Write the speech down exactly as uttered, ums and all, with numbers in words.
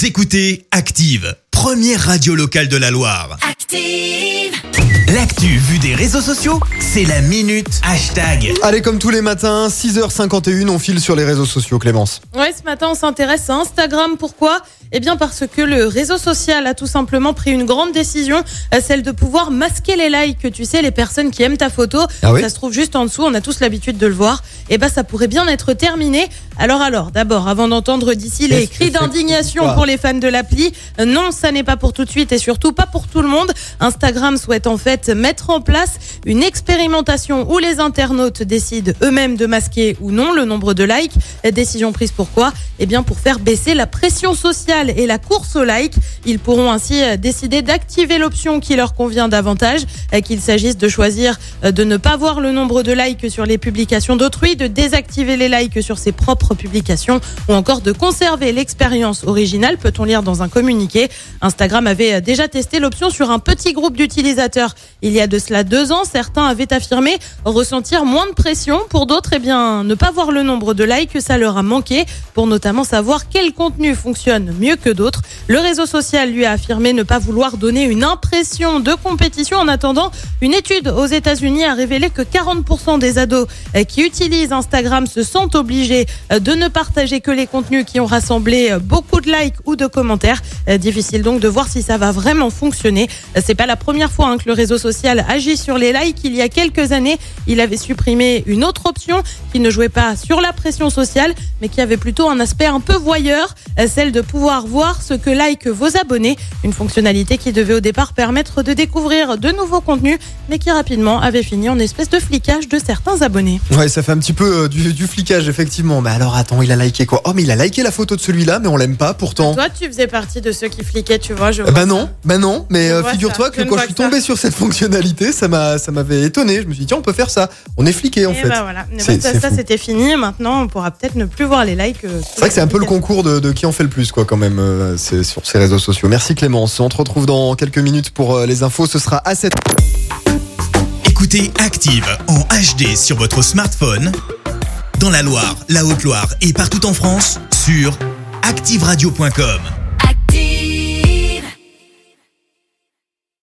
Vous écoutez Active, première radio locale de la Loire. Active! L'actu vue des réseaux sociaux, c'est la minute hashtag. Allez, comme tous les matins, six heures cinquante et une, on file sur les réseaux sociaux, Clémence. Ouais, ce matin, on s'intéresse à Instagram. Pourquoi ? Eh bien, parce que le réseau social a tout simplement pris une grande décision, celle de pouvoir masquer les likes. Tu sais, les personnes qui aiment ta photo, ah oui ça se trouve juste en dessous, on a tous l'habitude de le voir. Eh ben, ça pourrait bien être terminé. Alors, alors, d'abord, avant d'entendre d'ici les cris d'indignation pour les fans de l'appli, non, ça n'est pas pour tout de suite et surtout pas pour tout le monde. Instagram souhaite en fait mettre en place une expérimentation où les internautes décident eux-mêmes de masquer ou non le nombre de likes. Décision prise pourquoi ? Eh bien, pour faire baisser la pression sociale et la course aux likes. Ils pourront ainsi décider d'activer l'option qui leur convient davantage, qu'il s'agisse de choisir de ne pas voir le nombre de likes sur les publications d'autrui, de désactiver les likes sur ses propres publications ou encore de conserver l'expérience originale, peut-on lire dans un communiqué. Instagram avait déjà testé l'option sur un petit groupe d'utilisateurs il y a de cela deux ans. Certains avaient affirmé ressentir moins de pression. Pour d'autres, eh bien, ne pas voir le nombre de likes, ça leur a manqué pour notamment savoir quel contenu fonctionne mieux que d'autres. Le réseau social lui a affirmé ne pas vouloir donner une impression de compétition. En attendant, une étude aux États-Unis a révélé que quarante pour cent des ados qui utilisent Instagram se sentent obligés de ne partager que les contenus qui ont rassemblé beaucoup de likes ou de commentaires. Difficile donc de voir si ça va vraiment fonctionner. C'est pas la première fois hein, que le réseau social agit sur les likes. Il y a quelques années, il avait supprimé une autre option qui ne jouait pas sur la pression sociale, mais qui avait plutôt un aspect un peu voyeur, celle de pouvoir voir ce que like vos abonnés. Une fonctionnalité qui devait au départ permettre de découvrir de nouveaux contenus, mais qui rapidement avait fini en espèce de flicage de certains abonnés. Ouais, ça fait un petit peu euh, du, du flicage, effectivement. Mais alors, attends, il a liké quoi ? Oh, mais il a liké la photo de celui-là, mais on l'aime pas, pourtant. Toi, tu faisais partie de ceux qui fliquaient, tu vois. Je vois bah ça. non, bah non, mais euh, figure-toi ça. que Je quand ne je suis vois que tombé sur cette fonctionnalité, ça m'a, ça m'avait étonné. Je me suis dit, tiens, on peut faire ça. On est fliqué, en Et fait. bah voilà. C'est, ça, c'est ça c'était fini. Maintenant, on pourra peut-être ne plus voir les likes. Euh, c'est vrai que c'est un peu le concours de, de qui en fait le plus, quoi, quand même, euh, c'est sur ces réseaux sociaux. Merci Clémence. On te retrouve dans quelques minutes pour euh, les infos. Ce sera à sept. Écoutez Active en H D sur votre smartphone, dans la Loire, la Haute-Loire et partout en France, sur active radio point com.